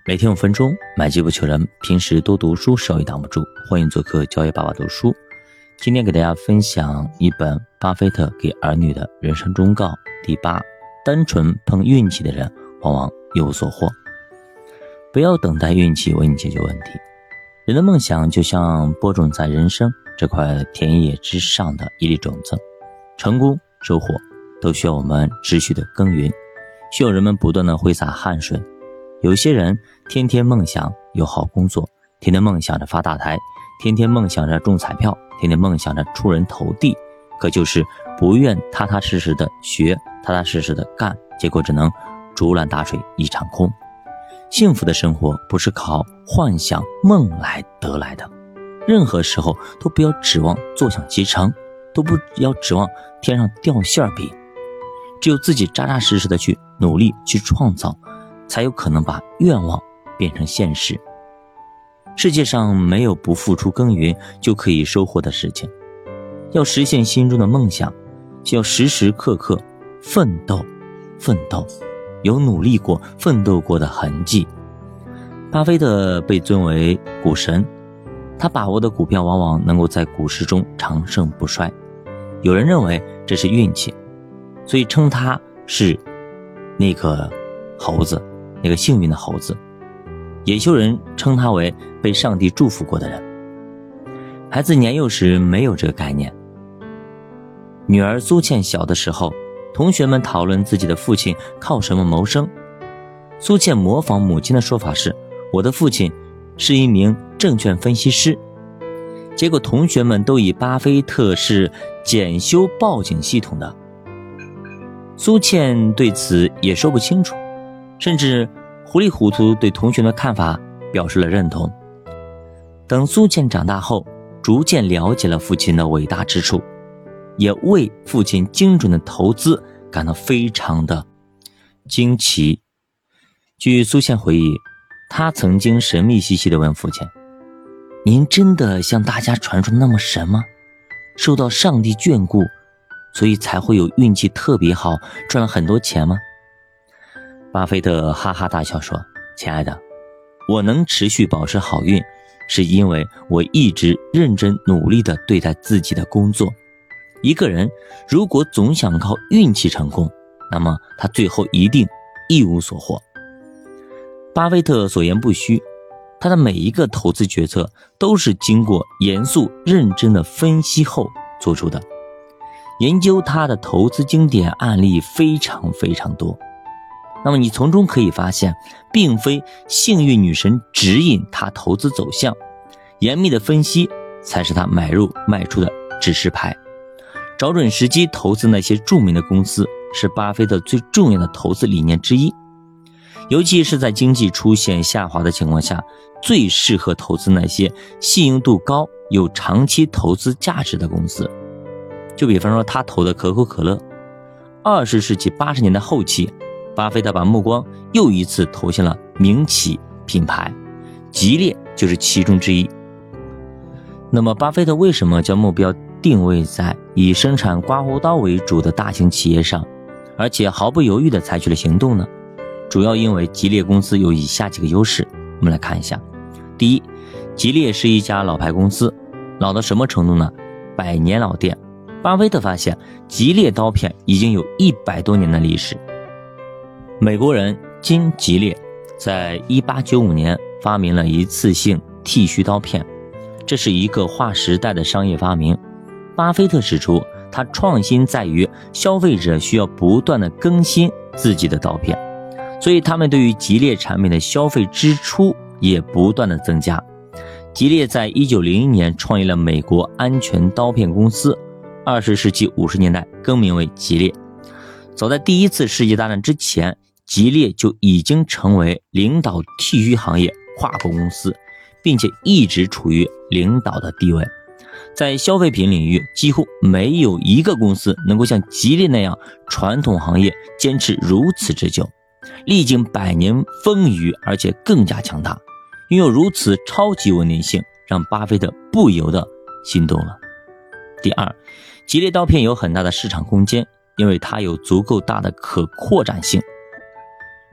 每天5分钟，买机不求人。平时多读书，手艺挡不住。欢迎做客教育爸爸读书。今天给大家分享一本巴菲特给儿女的人生忠告第8：单纯碰运气的人，往往一无所获。不要等待运气为你解决问题。人的梦想就像播种在人生这块田野之上的一粒种子，成功收获都需要我们持续的耕耘，需要人们不断的挥洒汗水。有些人天天梦想有好工作，天天梦想着发大财，天天梦想着中彩票，天天梦想着出人头地，可就是不愿踏踏实实的学，踏踏实实的干，结果只能竹篮打水一场空。幸福的生活不是靠幻想梦来得来的，任何时候都不要指望坐享其成，都不要指望天上掉馅饼，只有自己扎扎实实的去努力去创造，才有可能把愿望变成现实。世界上没有不付出耕耘就可以收获的事情，要实现心中的梦想，就要时时刻刻奋斗，有努力过奋斗过的痕迹。巴菲特被尊为股神，他把握的股票往往能够在股市中长盛不衰。有人认为这是运气，所以称他是那个猴子，那个幸运的猴子。也有人称他为被上帝祝福过的人。孩子年幼时没有这个概念。女儿苏倩小的时候，同学们讨论自己的父亲靠什么谋生。苏倩模仿母亲的说法是，我的父亲是一名证券分析师。结果同学们都以巴菲特是检修报警系统的。苏倩对此也说不清楚，甚至糊里糊涂对同学的看法表示了认同。等苏倩长大后，逐渐了解了父亲的伟大之处，也为父亲精准的投资感到非常的惊奇。据苏倩回忆，她曾经神秘兮兮地问父亲，您真的像大家传说的那么神吗？受到上帝眷顾，所以才会有运气特别好，赚了很多钱吗？巴菲特哈哈大笑说，亲爱的，我能持续保持好运，是因为我一直认真努力地对待自己的工作。一个人如果总想靠运气成功，那么他最后一定一无所获。巴菲特所言不虚，他的每一个投资决策都是经过严肃认真的分析后做出的。研究他的投资经典案例非常多，那么你从中可以发现，并非幸运女神指引他投资走向，严密的分析才是他买入卖出的指示牌。找准时机投资那些著名的公司，是巴菲特最重要的投资理念之一。尤其是在经济出现下滑的情况下，最适合投资那些信用度高、有长期投资价值的公司。就比方说他投的可口可乐。20世纪80年代后期，巴菲特把目光又一次投向了民企品牌，吉列就是其中之一。那么巴菲特为什么将目标定位在以生产刮胡刀为主的大型企业上，而且毫不犹豫地采取了行动呢？主要因为吉列公司有以下几个优势，我们来看一下。第一，吉列是一家老牌公司，老到什么程度呢？100年老店。巴菲特发现吉列刀片已经有100多年的历史。美国人金吉列在1895年发明了一次性剃须刀片，这是一个划时代的商业发明。巴菲特指出，他创新在于消费者需要不断的更新自己的刀片，所以他们对于吉列产品的消费支出也不断的增加。吉列在1901年创立了美国安全刀片公司，20世纪50年代更名为吉列。早在第一次世界大战之前，吉列就已经成为领导剃须行业跨国公司，并且一直处于领导的地位。在消费品领域，几乎没有一个公司能够像吉列那样传统行业坚持如此之久，历经100年风雨，而且更加强大，拥有如此超级稳定性，让巴菲特不由得心动了。第二，吉列刀片有很大的市场空间，因为它有足够大的可扩展性。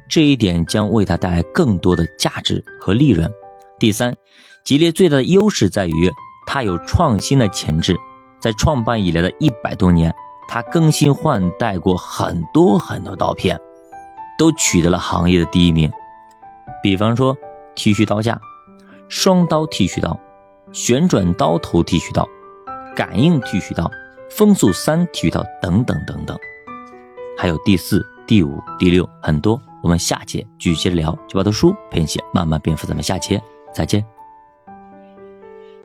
这一点将为他带来更多的价值和利润。第三，吉列最大的优势在于它有创新的潜质，在创办以来的100多年，它更新换代过很多刀片，都取得了行业的第1名。比方说剃须刀架、双刀剃须刀、旋转刀头剃须刀、感应剃须刀、风速3剃须刀等等等等，还有第4、第5、第6很多。我们下节继续接着聊，9把读书陪你一起慢慢变富，咱们下节再见。